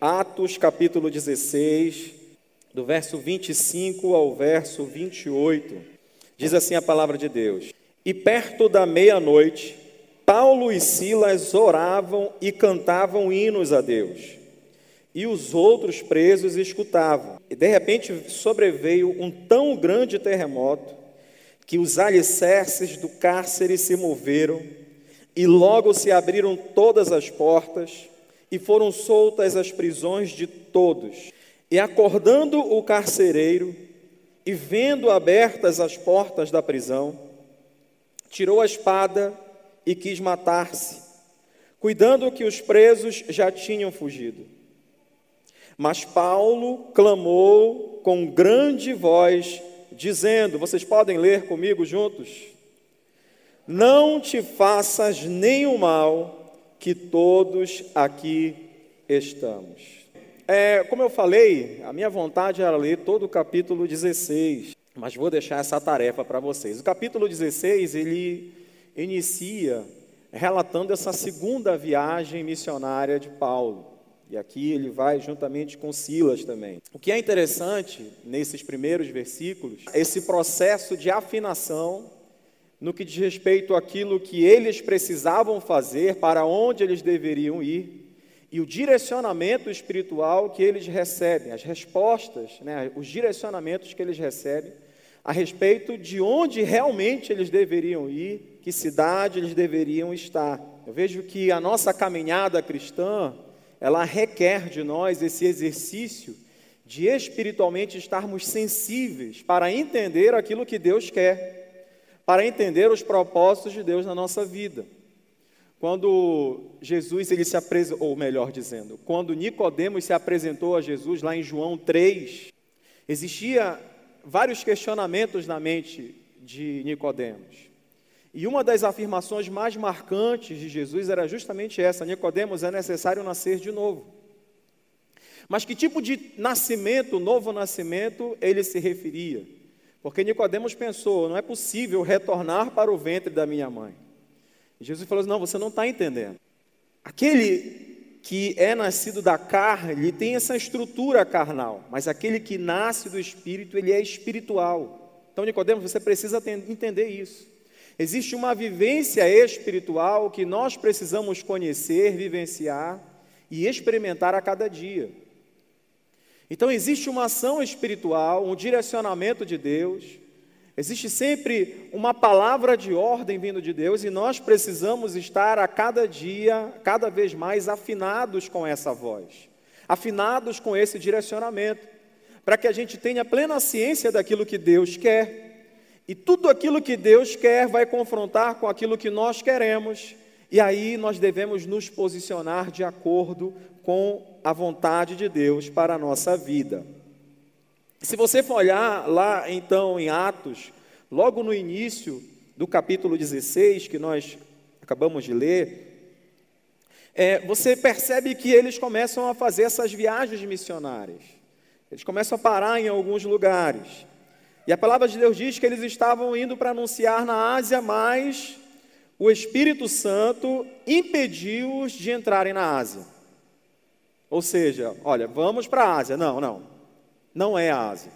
Atos capítulo 16, do verso 25 ao verso 28, diz assim a palavra de Deus: E perto da meia-noite, Paulo e Silas oravam e cantavam hinos a Deus, e os outros presos escutavam. E de repente sobreveio um tão grande terremoto, que os alicerces do cárcere se moveram, e logo se abriram todas as portas, e foram soltas as prisões de todos. E acordando o carcereiro, e vendo abertas as portas da prisão, tirou a espada e quis matar-se, cuidando que os presos já tinham fugido. Mas Paulo clamou com grande voz, dizendo, vocês podem ler comigo juntos? Não te faças nenhum mal, que todos aqui estamos. Como eu falei, a minha vontade era ler todo o capítulo 16, mas vou deixar essa tarefa para vocês. O capítulo 16, ele inicia relatando essa segunda viagem missionária de Paulo. E aqui ele vai juntamente com Silas também. O que é interessante nesses primeiros versículos, esse processo de afinação no que diz respeito àquilo que eles precisavam fazer, para onde eles deveriam ir, e o direcionamento espiritual que eles recebem, as respostas, os direcionamentos que eles recebem a respeito de onde realmente eles deveriam ir, que cidade eles deveriam estar. Eu vejo que a nossa caminhada cristã, ela requer de nós esse exercício de espiritualmente estarmos sensíveis para entender aquilo que Deus quer, para entender os propósitos de Deus na nossa vida. Quando Jesus, ele se apresentou, ou melhor dizendo, quando Nicodemos se apresentou a Jesus lá em João 3, existia vários questionamentos na mente de Nicodemos. E uma das afirmações mais marcantes de Jesus era justamente essa: Nicodemos, é necessário nascer de novo. Mas que tipo de nascimento, novo nascimento, ele se referia? Porque Nicodemos pensou, não é possível retornar para o ventre da minha mãe. E Jesus falou assim, não, você não está entendendo. Aquele que é nascido da carne, ele tem essa estrutura carnal, mas aquele que nasce do Espírito, ele é espiritual. Então, Nicodemos, você precisa entender isso. Existe uma vivência espiritual que nós precisamos conhecer, vivenciar e experimentar a cada dia. Então existe uma ação espiritual, um direcionamento de Deus, existe sempre uma palavra de ordem vindo de Deus, e nós precisamos estar a cada dia, cada vez mais afinados com essa voz, afinados com esse direcionamento, para que a gente tenha plena ciência daquilo que Deus quer, e tudo aquilo que Deus quer vai confrontar com aquilo que nós queremos, e aí nós devemos nos posicionar de acordo com a vontade de Deus para a nossa vida. Se você for olhar lá então em Atos, logo no início do capítulo 16, que nós acabamos de ler, você percebe que eles começam a fazer essas viagens missionárias. Eles começam a parar em alguns lugares. E a palavra de Deus diz que eles estavam indo para anunciar na Ásia, mas o Espírito Santo impediu-os de entrarem na Ásia. Ou seja, olha, vamos para a Ásia. Não é a Ásia.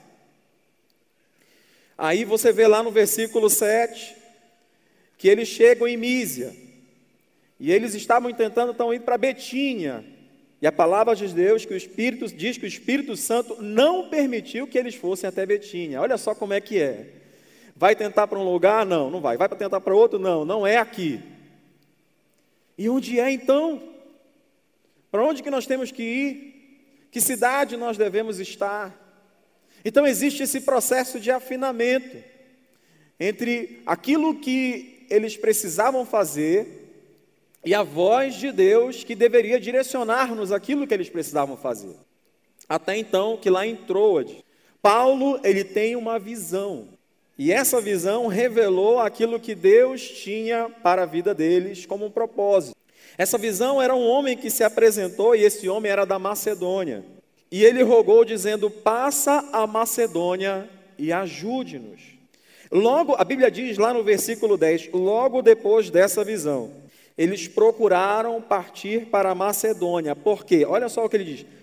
Aí você vê lá no versículo 7, que eles chegam em Mísia, e eles estavam tentando ir para Betínia, e a palavra de Deus diz que o Espírito Santo não permitiu que eles fossem até Betínia. Olha só como é que é. Vai tentar para um lugar? Não vai. Vai para tentar para outro? Não é aqui. E onde é então? Para onde que nós temos que ir? Que cidade nós devemos estar? Então existe esse processo de afinamento entre aquilo que eles precisavam fazer e a voz de Deus que deveria direcionar-nos aquilo que eles precisavam fazer. Até então, que lá em Troade, Paulo, ele tem uma visão, e essa visão revelou aquilo que Deus tinha para a vida deles como um propósito. Essa visão era um homem que se apresentou, e esse homem era da Macedônia, e ele rogou dizendo, passa a Macedônia e ajude-nos. Logo, a Bíblia diz lá no versículo 10, logo depois dessa visão, eles procuraram partir para a Macedônia. Por quê? Olha só o que ele diz.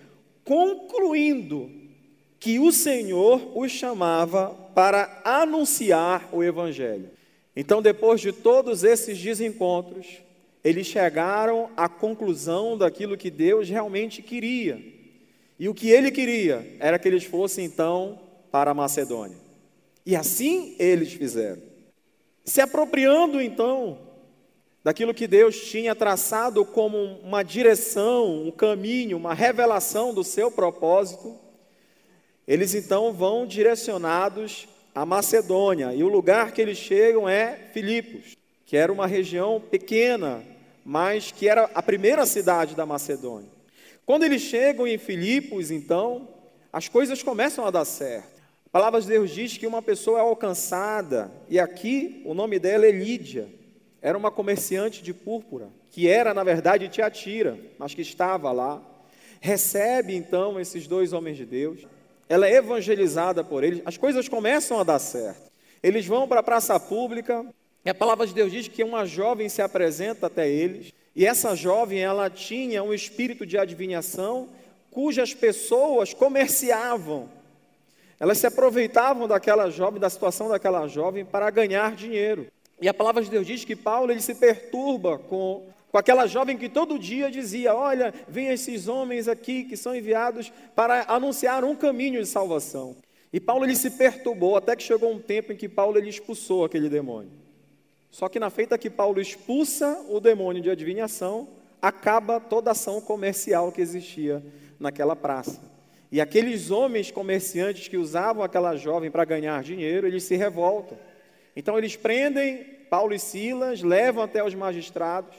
concluindo que o Senhor os chamava para anunciar o Evangelho. Então, depois de todos esses desencontros, eles chegaram à conclusão daquilo que Deus realmente queria. E o que Ele queria era que eles fossem, então, para a Macedônia. E assim eles fizeram. Se apropriando, então, daquilo que Deus tinha traçado como uma direção, um caminho, uma revelação do seu propósito, eles então vão direcionados à Macedônia. E o lugar que eles chegam é Filipos, que era uma região pequena, mas que era a primeira cidade da Macedônia. Quando eles chegam em Filipos, então, as coisas começam a dar certo. A palavra de Deus diz que uma pessoa é alcançada, e aqui o nome dela é Lídia. Era uma comerciante de púrpura, que era, na verdade, Tiatira, mas que estava lá. Recebe, então, esses dois homens de Deus. Ela é evangelizada por eles. As coisas começam a dar certo. Eles vão para a praça pública, e a palavra de Deus diz que uma jovem se apresenta até eles. E essa jovem, ela tinha um espírito de adivinhação, cujas pessoas comerciavam. Elas se aproveitavam daquela jovem, da situação daquela jovem, para ganhar dinheiro. E a palavra de Deus diz que Paulo, ele se perturba com aquela jovem que todo dia dizia: olha, vem esses homens aqui que são enviados para anunciar um caminho de salvação. E Paulo, ele se perturbou, até que chegou um tempo em que Paulo, ele expulsou aquele demônio. Só que na feita que Paulo expulsa o demônio de adivinhação, acaba toda a ação comercial que existia naquela praça. E aqueles homens comerciantes que usavam aquela jovem para ganhar dinheiro, eles se revoltam. Então eles prendem Paulo e Silas, levam até os magistrados,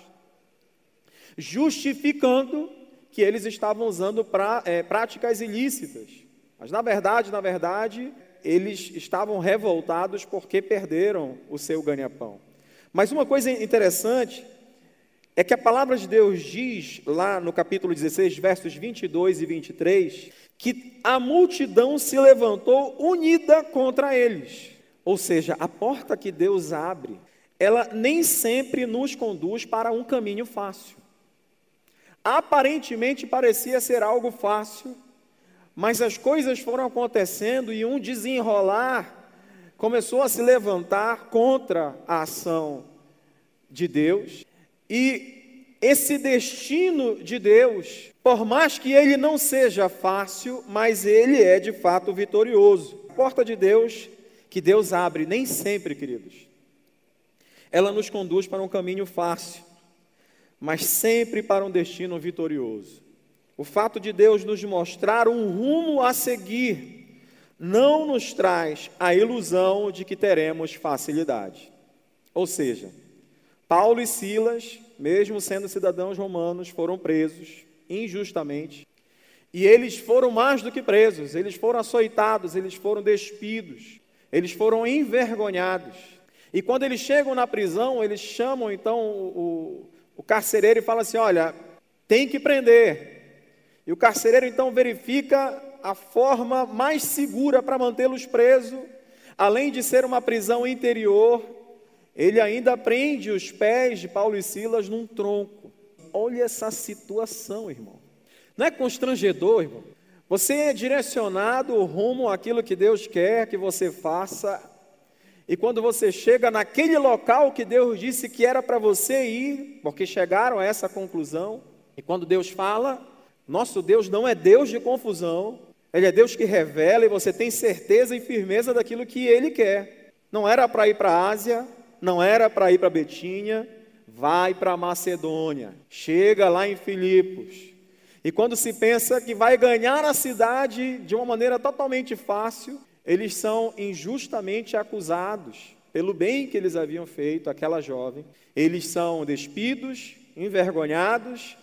justificando que eles estavam usando práticas ilícitas. Mas na verdade, eles estavam revoltados porque perderam o seu ganha-pão. Mas uma coisa interessante é que a palavra de Deus diz, lá no capítulo 16, versos 22 e 23, que a multidão se levantou unida contra eles. Ou seja, a porta que Deus abre, ela nem sempre nos conduz para um caminho fácil. Aparentemente parecia ser algo fácil, mas as coisas foram acontecendo e um desenrolar começou a se levantar contra a ação de Deus. E esse destino de Deus, por mais que ele não seja fácil, mas ele é de fato vitorioso. A porta de Deus, que Deus abre, nem sempre, queridos, ela nos conduz para um caminho fácil, mas sempre para um destino vitorioso. O fato de Deus nos mostrar um rumo a seguir não nos traz a ilusão de que teremos facilidade. Ou seja, Paulo e Silas, mesmo sendo cidadãos romanos, foram presos injustamente. E eles foram mais do que presos, eles foram açoitados, eles foram despidos, eles foram envergonhados. E quando eles chegam na prisão, eles chamam então o carcereiro e falam assim: olha, tem que prender. E o carcereiro então verifica a forma mais segura para mantê-los presos. Além de ser uma prisão interior, ele ainda prende os pés de Paulo e Silas num tronco. Olha essa situação, irmão. Não é constrangedor, irmão? Você é direcionado rumo àquilo que Deus quer que você faça, e quando você chega naquele local que Deus disse que era para você ir, porque chegaram a essa conclusão, e quando Deus fala, nosso Deus não é Deus de confusão, Ele é Deus que revela, e você tem certeza e firmeza daquilo que Ele quer. Não era para ir para a Ásia, não era para ir para Betínia, vai para a Macedônia, chega lá em Filipos. E quando se pensa que vai ganhar a cidade de uma maneira totalmente fácil, eles são injustamente acusados pelo bem que eles haviam feito àquela jovem. Eles são despidos, envergonhados,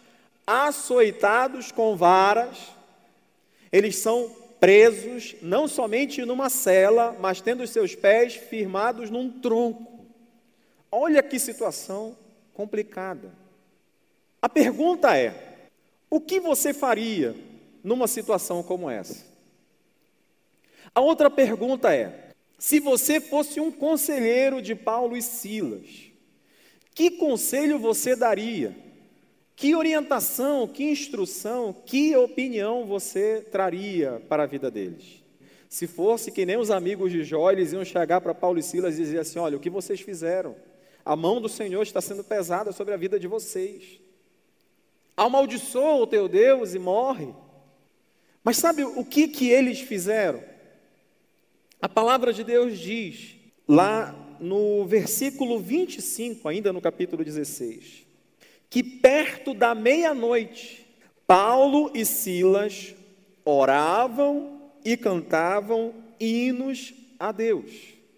açoitados com varas. Eles são presos, não somente numa cela, mas tendo os seus pés firmados num tronco. Olha que situação complicada. A pergunta é: o que você faria numa situação como essa? A outra pergunta é: se você fosse um conselheiro de Paulo e Silas, que conselho você daria? Que orientação, que instrução, que opinião você traria para a vida deles? Se fosse que nem os amigos de Jó, eles iam chegar para Paulo e Silas e dizer assim: olha, o que vocês fizeram? A mão do Senhor está sendo pesada sobre a vida de vocês. Amaldiçoa o teu Deus e morre. Mas sabe o que eles fizeram? A palavra de Deus diz, lá no versículo 25, ainda no capítulo 16, que perto da meia-noite, Paulo e Silas oravam e cantavam hinos a Deus.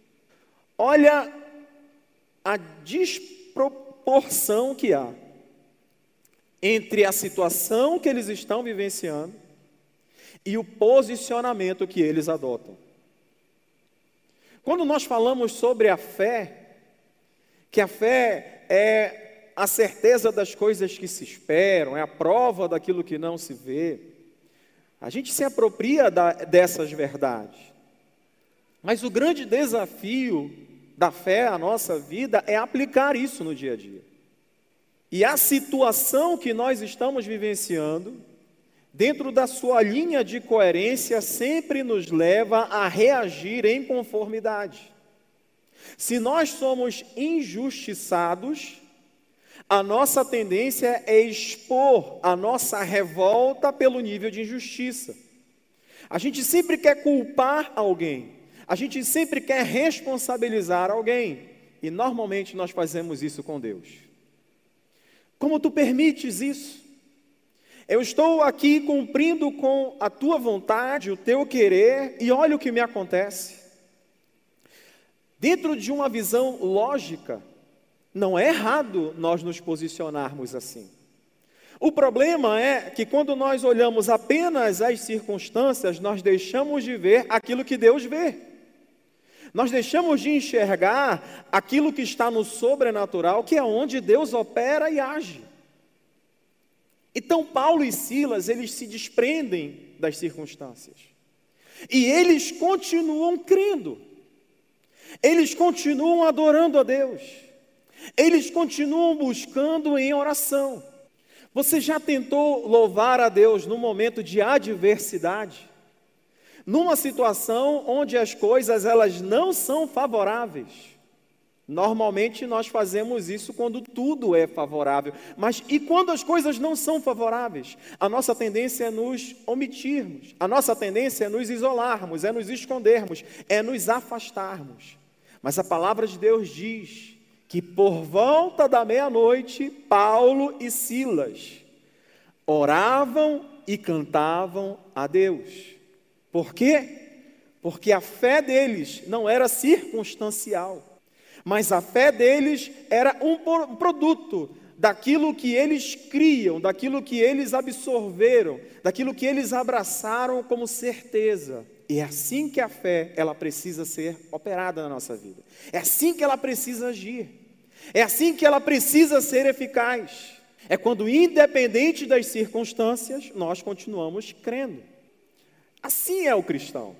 Olha a desproporção que há entre a situação que eles estão vivenciando e o posicionamento que eles adotam. Quando nós falamos sobre a fé, que a fé é a certeza das coisas que se esperam, é a prova daquilo que não se vê, a gente se apropria dessas verdades. Mas o grande desafio da fé à nossa vida é aplicar isso no dia a dia. E a situação que nós estamos vivenciando, dentro da sua linha de coerência, sempre nos leva a reagir em conformidade. Se nós somos injustiçados, a nossa tendência é expor a nossa revolta pelo nível de injustiça. A gente sempre quer culpar alguém, a gente sempre quer responsabilizar alguém, e normalmente nós fazemos isso com Deus. Como tu permites isso? Eu estou aqui cumprindo com a tua vontade, o teu querer, e olha o que me acontece. Dentro de uma visão lógica, não é errado nós nos posicionarmos assim. O problema é que quando nós olhamos apenas as circunstâncias, nós deixamos de ver aquilo que Deus vê. Nós deixamos de enxergar aquilo que está no sobrenatural, que é onde Deus opera e age. Então Paulo e Silas, eles se desprendem das circunstâncias. E eles continuam crendo. Eles continuam adorando a Deus. Eles continuam buscando em oração. Você já tentou louvar a Deus no momento de adversidade? Numa situação onde as coisas elas não são favoráveis. Normalmente nós fazemos isso quando tudo é favorável. Mas e quando as coisas não são favoráveis? A nossa tendência é nos omitirmos. A nossa tendência é nos isolarmos, é nos escondermos, é nos afastarmos. Mas a palavra de Deus diz que por volta da meia-noite, Paulo e Silas oravam e cantavam a Deus. Por quê? Porque a fé deles não era circunstancial, mas a fé deles era um produto daquilo que eles criam, daquilo que eles absorveram, daquilo que eles abraçaram como certeza. E é assim que a fé, ela precisa ser operada na nossa vida. É assim que ela precisa agir. É assim que ela precisa ser eficaz. É quando, independente das circunstâncias, nós continuamos crendo. Assim é o cristão.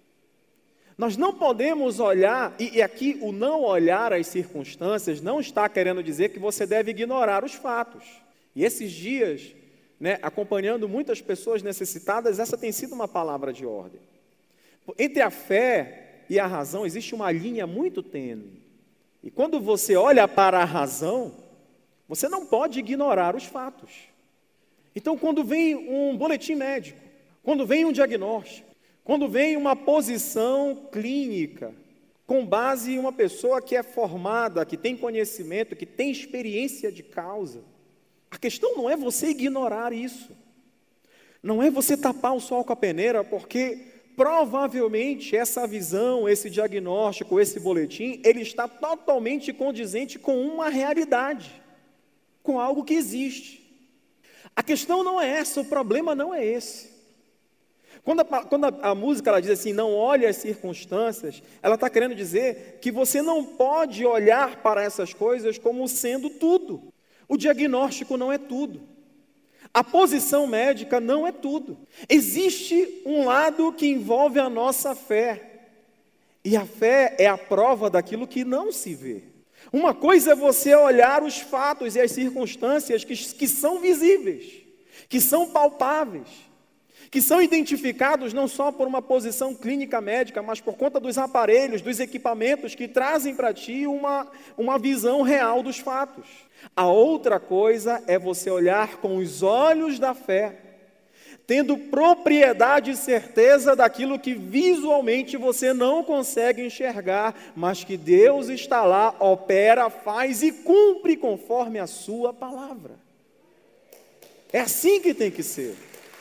Nós não podemos olhar, e aqui o não olhar as circunstâncias não está querendo dizer que você deve ignorar os fatos. E esses dias, acompanhando muitas pessoas necessitadas, essa tem sido uma palavra de ordem. Entre a fé e a razão existe uma linha muito tênue. E quando você olha para a razão, você não pode ignorar os fatos. Então, quando vem um boletim médico, quando vem um diagnóstico, quando vem uma posição clínica, com base em uma pessoa que é formada, que tem conhecimento, que tem experiência de causa, a questão não é você ignorar isso. Não é você tapar o sol com a peneira, porque provavelmente essa visão, esse diagnóstico, esse boletim, ele está totalmente condizente com uma realidade, com algo que existe. A questão não é essa, o problema não é esse. Quando a música ela diz assim, não olhe as circunstâncias, ela está querendo dizer que você não pode olhar para essas coisas como sendo tudo. O diagnóstico não é tudo. A posição médica não é tudo. Existe um lado que envolve a nossa fé. E a fé é a prova daquilo que não se vê. Uma coisa é você olhar os fatos e as circunstâncias que são visíveis, que são palpáveis, que são identificados não só por uma posição clínica médica, mas por conta dos aparelhos, dos equipamentos que trazem para ti uma visão real dos fatos. A outra coisa é você olhar com os olhos da fé, tendo propriedade e certeza daquilo que visualmente você não consegue enxergar, mas que Deus está lá, opera, faz e cumpre conforme a sua palavra. É assim que tem que ser.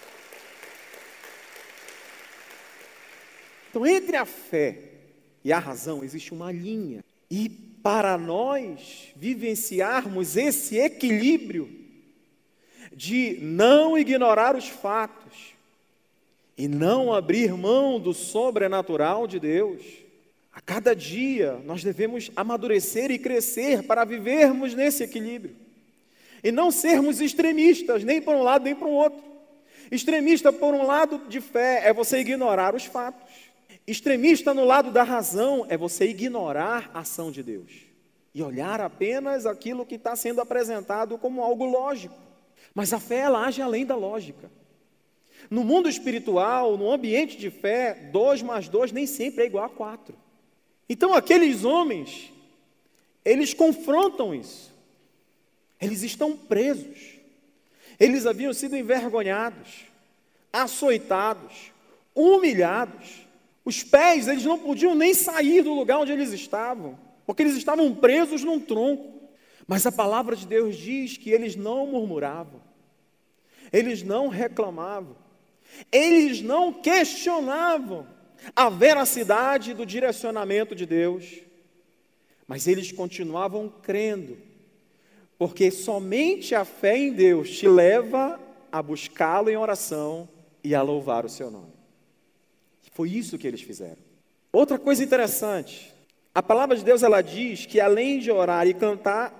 Então, entre a fé e a razão existe uma linha. E para nós vivenciarmos esse equilíbrio de não ignorar os fatos e não abrir mão do sobrenatural de Deus, a cada dia nós devemos amadurecer e crescer para vivermos nesse equilíbrio. E não sermos extremistas, nem para um lado nem para o outro. Extremista por um lado de fé é você ignorar os fatos. Extremista no lado da razão é você ignorar a ação de Deus e olhar apenas aquilo que está sendo apresentado como algo lógico. Mas a fé, ela age além da lógica. No mundo espiritual, no ambiente de fé, 2 mais 2 nem sempre é igual a 4. Então aqueles homens, eles confrontam isso. Eles estão presos. Eles haviam sido envergonhados, açoitados, humilhados. Os pés, eles não podiam nem sair do lugar onde eles estavam, porque eles estavam presos num tronco. Mas a palavra de Deus diz que eles não murmuravam, eles não reclamavam, eles não questionavam a veracidade do direcionamento de Deus, mas eles continuavam crendo, porque somente a fé em Deus te leva a buscá-lo em oração e a louvar o seu nome. Foi isso que eles fizeram. Outra coisa interessante, a palavra de Deus, ela diz que além de orar e cantar,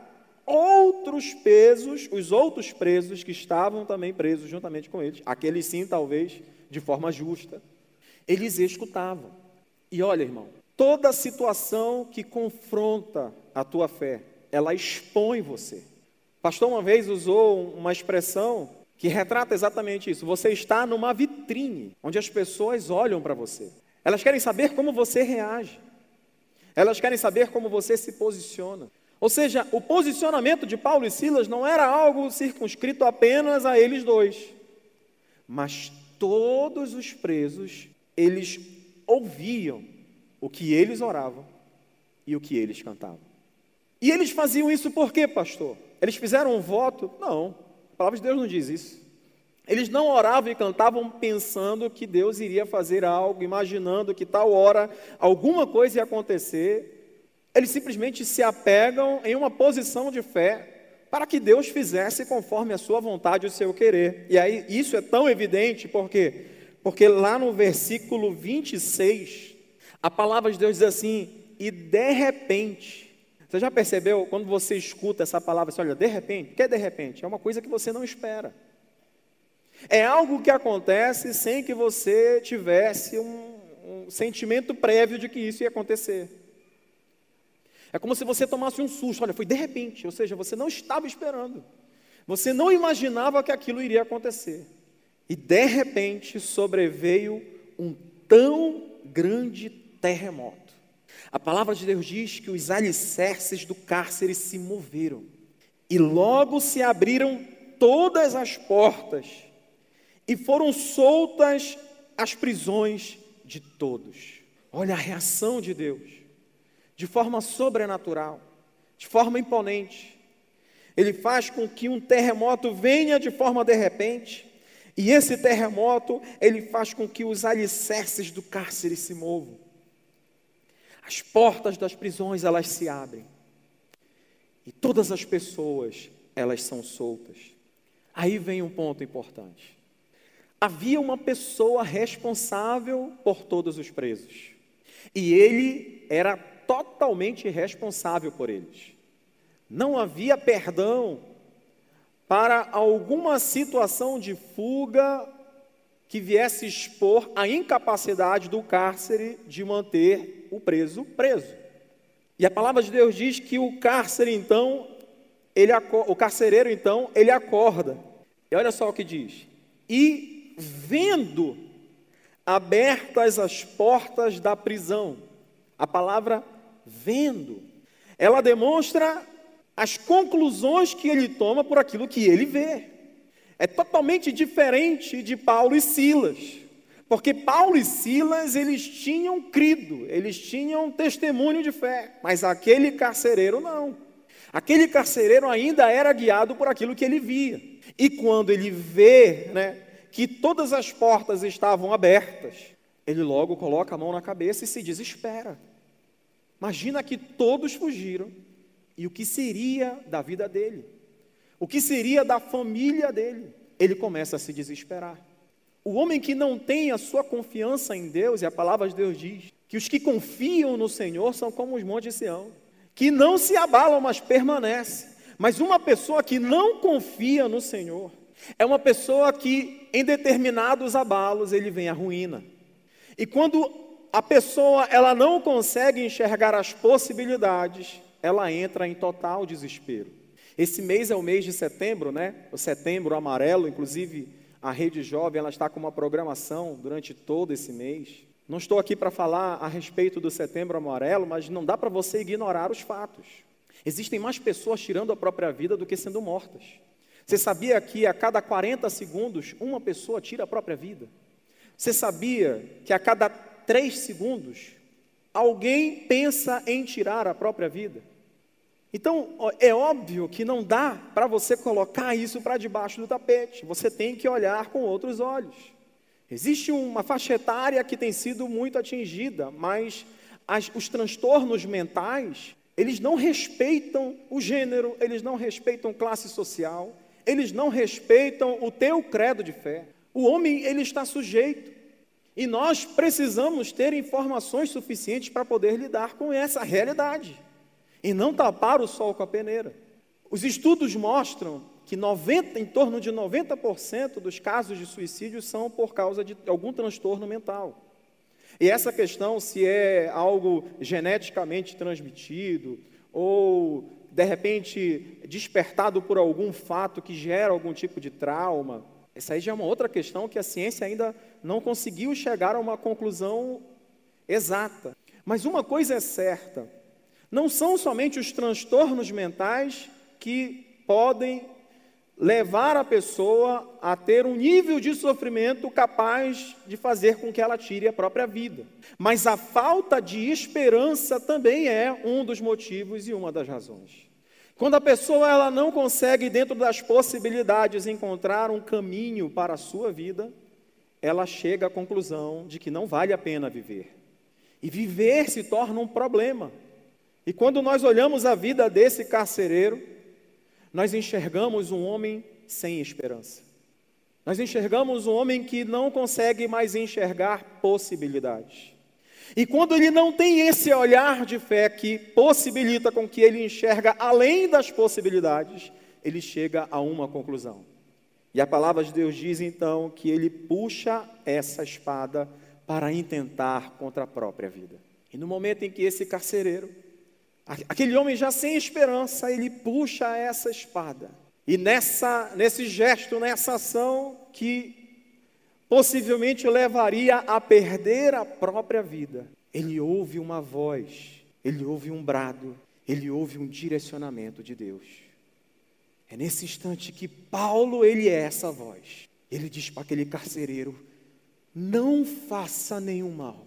os outros presos que estavam também presos juntamente com eles, aqueles sim talvez de forma justa, eles escutavam. E olha, irmão, toda situação que confronta a tua fé, ela expõe você. O pastor uma vez usou uma expressão que retrata exatamente isso. Você está numa vitrine, onde as pessoas olham para você. Elas querem saber como você reage. Elas querem saber como você se posiciona. Ou seja, o posicionamento de Paulo e Silas não era algo circunscrito apenas a eles dois. Mas todos os presos, eles ouviam o que eles oravam e o que eles cantavam. E eles faziam isso por quê, pastor? Eles fizeram um voto? Não. A palavra de Deus não diz isso. Eles não oravam e cantavam pensando que Deus iria fazer algo, imaginando que tal hora alguma coisa ia acontecer. Eles simplesmente se apegam em uma posição de fé para que Deus fizesse conforme a sua vontade e o seu querer. E aí isso é tão evidente, por quê? Porque lá no versículo 26, a palavra de Deus diz assim, e de repente... Você já percebeu, quando você escuta essa palavra, você olha, de repente, o que é de repente? É uma coisa que você não espera. É algo que acontece sem que você tivesse um sentimento prévio de que isso ia acontecer. É como se você tomasse um susto, olha, foi de repente, ou seja, você não estava esperando. Você não imaginava que aquilo iria acontecer. E de repente sobreveio um tão grande terremoto. A palavra de Deus diz que os alicerces do cárcere se moveram. E logo se abriram todas as portas. E foram soltas as prisões de todos. Olha a reação de Deus. De forma sobrenatural. De forma imponente. Ele faz com que um terremoto venha de forma de repente. E esse terremoto, ele faz com que os alicerces do cárcere se movam. As portas das prisões, elas se abrem. E todas as pessoas, elas são soltas. Aí vem um ponto importante. Havia uma pessoa responsável por todos os presos. E ele era totalmente responsável por eles. Não havia perdão para alguma situação de fuga que viesse expor a incapacidade do cárcere de manter o preso preso. E a palavra de Deus diz que o carcereiro, então, ele acorda. E olha só o que diz. E vendo abertas as portas da prisão. A palavra vendo, ela demonstra as conclusões que ele toma por aquilo que ele vê. É totalmente diferente de Paulo e Silas. Porque Paulo e Silas, eles tinham crido, eles tinham testemunho de fé. Mas aquele carcereiro não. Aquele carcereiro ainda era guiado por aquilo que ele via. E quando ele vê, que todas as portas estavam abertas, ele logo coloca a mão na cabeça e se desespera. Imagina que todos fugiram. E o que seria da vida dele? O que seria da família dele? Ele começa a se desesperar. O homem que não tem a sua confiança em Deus, e a palavra de Deus diz, que os que confiam no Senhor são como os montes de Sião, que não se abalam, mas permanecem. Mas uma pessoa que não confia no Senhor, é uma pessoa que em determinados abalos ele vem à ruína. E quando a pessoa ela não consegue enxergar as possibilidades, ela entra em total desespero. Esse mês é o mês de setembro, o setembro amarelo, inclusive a Rede Jovem ela está com uma programação durante todo esse mês. Não estou aqui para falar a respeito do setembro amarelo, mas não dá para você ignorar os fatos. Existem mais pessoas tirando a própria vida do que sendo mortas. Você sabia que a cada 40 segundos, uma pessoa tira a própria vida? Você sabia que a cada 3 segundos, alguém pensa em tirar a própria vida? Então, é óbvio que não dá para você colocar isso para debaixo do tapete. Você tem que olhar com outros olhos. Existe uma faixa etária que tem sido muito atingida, mas os transtornos mentais, eles não respeitam o gênero, eles não respeitam classe social, eles não respeitam o teu credo de fé. O homem, ele está sujeito. E nós precisamos ter informações suficientes para poder lidar com essa realidade. E não tapar o sol com a peneira. Os estudos mostram que em torno de 90% dos casos de suicídio são por causa de algum transtorno mental. E essa questão, se é algo geneticamente transmitido, ou de repente despertado por algum fato que gera algum tipo de trauma, essa aí já é uma outra questão que a ciência ainda não conseguiu chegar a uma conclusão exata. Mas uma coisa é certa, não são somente os transtornos mentais que podem levar a pessoa a ter um nível de sofrimento capaz de fazer com que ela tire a própria vida. Mas a falta de esperança também é um dos motivos e uma das razões. Quando a pessoa ela não consegue, dentro das possibilidades, encontrar um caminho para a sua vida, ela chega à conclusão de que não vale a pena viver. E viver se torna um problema. E quando nós olhamos a vida desse carcereiro, nós enxergamos um homem sem esperança. Nós enxergamos um homem que não consegue mais enxergar possibilidades. E quando ele não tem esse olhar de fé que possibilita com que ele enxerga além das possibilidades, ele chega a uma conclusão. E a palavra de Deus diz então que ele puxa essa espada para intentar contra a própria vida. E no momento em que esse carcereiro, aquele homem já sem esperança, ele puxa essa espada. E nesse gesto, nessa ação que possivelmente levaria a perder a própria vida, ele ouve uma voz, ele ouve um brado, ele ouve um direcionamento de Deus. É nesse instante que Paulo, ele é essa voz. Ele diz para aquele carcereiro: não faça nenhum mal,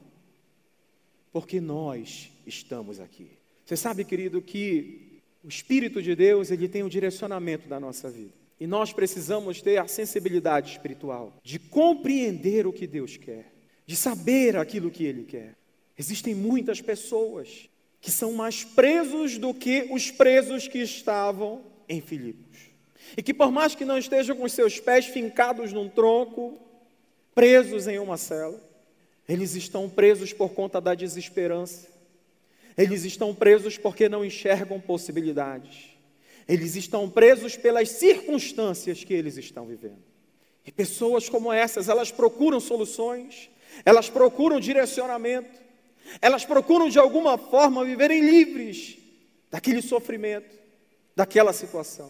porque nós estamos aqui. Você sabe, querido, que o Espírito de Deus, ele tem o direcionamento da nossa vida. E nós precisamos ter a sensibilidade espiritual de compreender o que Deus quer, de saber aquilo que Ele quer. Existem muitas pessoas que são mais presos do que os presos que estavam em Filipos. E que por mais que não estejam com os seus pés fincados num tronco, presos em uma cela, eles estão presos por conta da desesperança. Eles estão presos porque não enxergam possibilidades. Eles estão presos pelas circunstâncias que eles estão vivendo. E pessoas como essas, elas procuram soluções, elas procuram direcionamento, Elas procuram de alguma forma viverem livres daquele sofrimento, daquela situação.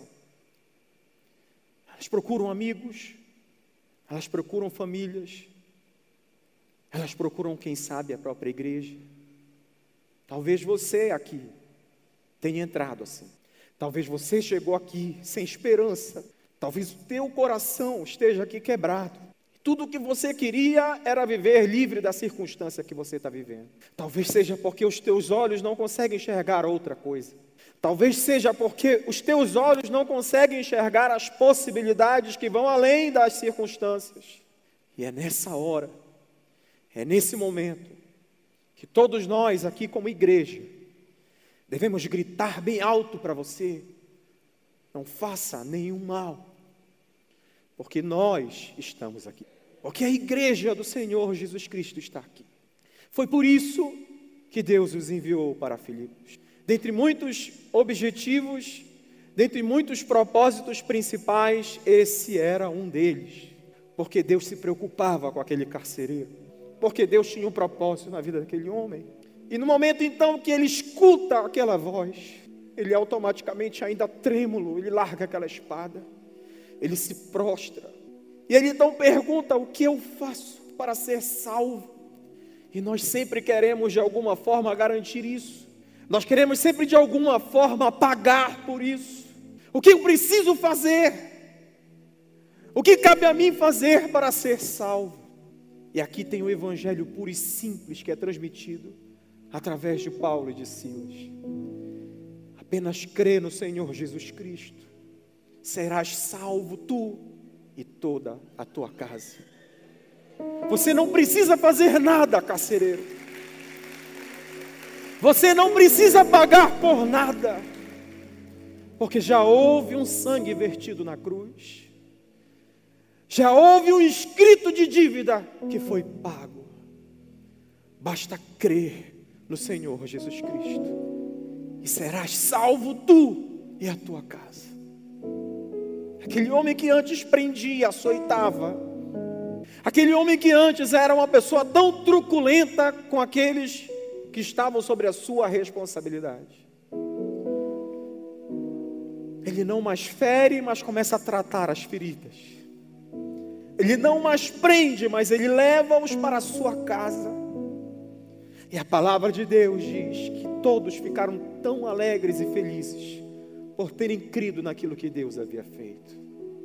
Elas procuram amigos, elas procuram famílias, elas procuram, quem sabe, a própria igreja. Talvez você aqui tenha entrado assim. Talvez você chegou aqui sem esperança. Talvez o teu coração esteja aqui quebrado. Tudo o que você queria era viver livre da circunstância que você está vivendo. Talvez seja porque os teus olhos não conseguem enxergar outra coisa. Talvez seja porque os teus olhos não conseguem enxergar as possibilidades que vão além das circunstâncias. E é nessa hora, é nesse momento, que todos nós aqui como igreja, devemos gritar bem alto para você: não faça nenhum mal, porque nós estamos aqui. Porque a igreja do Senhor Jesus Cristo está aqui. Foi por isso que Deus os enviou para Filipos. Dentre muitos objetivos, dentre muitos propósitos principais, esse era um deles. Porque Deus se preocupava com aquele carcereiro. Porque Deus tinha um propósito na vida daquele homem. E no momento então que ele escuta aquela voz, ele automaticamente, ainda trêmulo, ele larga aquela espada. Ele se prostra. E ele então pergunta: o que eu faço para ser salvo? E nós sempre queremos de alguma forma garantir isso. Nós queremos sempre de alguma forma pagar por isso. O que eu preciso fazer? O que cabe a mim fazer para ser salvo? E aqui tem o evangelho puro e simples que é transmitido através de Paulo e de Silas. Apenas crê no Senhor Jesus Cristo, serás salvo tu e toda a tua casa. Você não precisa fazer nada, carcereiro. Você não precisa pagar por nada, porque já houve um sangue vertido na cruz. Já houve um escrito de dívida que foi pago. Basta crer no Senhor Jesus Cristo e serás salvo tu e a tua casa. Aquele homem que antes prendia, açoitava. Aquele homem que antes era uma pessoa tão truculenta com aqueles que estavam sobre a sua responsabilidade. Ele não mais fere, mas começa a tratar as feridas. Ele não mais prende, mas ele leva-os para a sua casa. E a palavra de Deus diz que todos ficaram tão alegres e felizes por terem crido naquilo que Deus havia feito.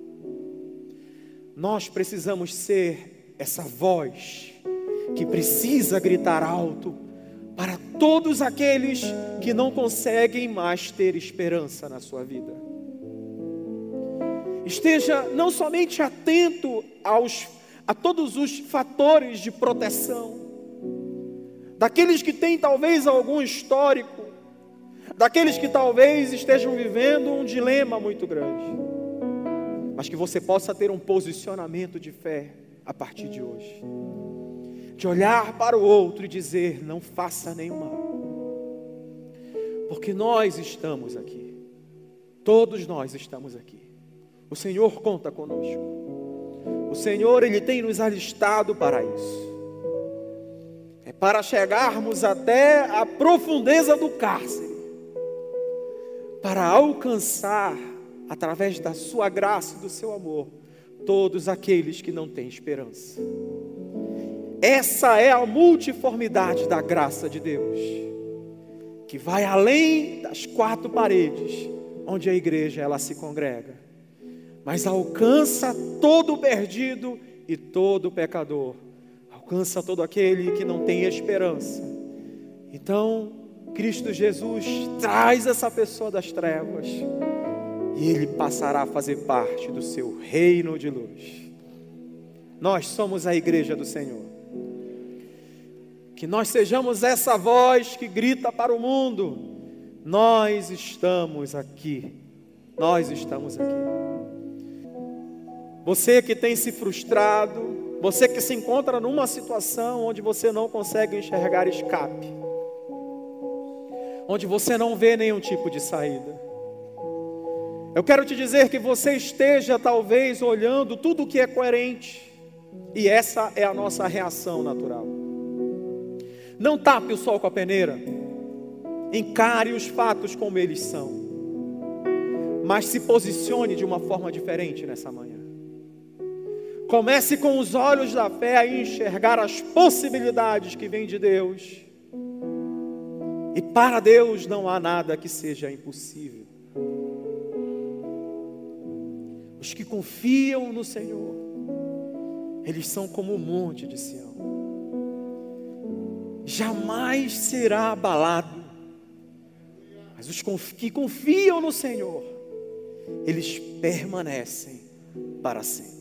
Nós precisamos ser essa voz que precisa gritar alto para todos aqueles que não conseguem mais ter esperança na sua vida. Esteja não somente atento a todos os fatores de proteção, daqueles que têm talvez algum histórico, daqueles que talvez estejam vivendo um dilema muito grande, mas que você possa ter um posicionamento de fé a partir de hoje, de olhar para o outro e dizer: não faça nenhum mal, porque nós estamos aqui, todos nós estamos aqui. O Senhor conta conosco. O Senhor, Ele tem nos alistado para isso. É para chegarmos até a profundeza do cárcere, para alcançar, através da sua graça e do seu amor, todos aqueles que não têm esperança. Essa é a multiformidade da graça de Deus, que vai além das quatro paredes onde a igreja ela se congrega, mas alcança todo o perdido e todo o pecador, alcança todo aquele que não tem esperança. Então, Cristo Jesus traz essa pessoa das trevas e ele passará a fazer parte do seu reino de luz. Nós somos a igreja do Senhor. Que nós sejamos essa voz que grita para o mundo: nós estamos aqui, nós estamos aqui. Você que tem se frustrado, você que se encontra numa situação onde você não consegue enxergar escape, onde você não vê nenhum tipo de saída, eu quero te dizer que você esteja talvez olhando tudo o que é coerente, e essa é a nossa reação natural. Não tape o sol com a peneira. Encare os fatos como eles são. Mas se posicione de uma forma diferente nessa manhã. Comece com os olhos da fé a enxergar as possibilidades que vêm de Deus. E para Deus não há nada que seja impossível. Os que confiam no Senhor, eles são como o monte de Sião. Jamais será abalado. Mas os que confiam no Senhor, eles permanecem para sempre.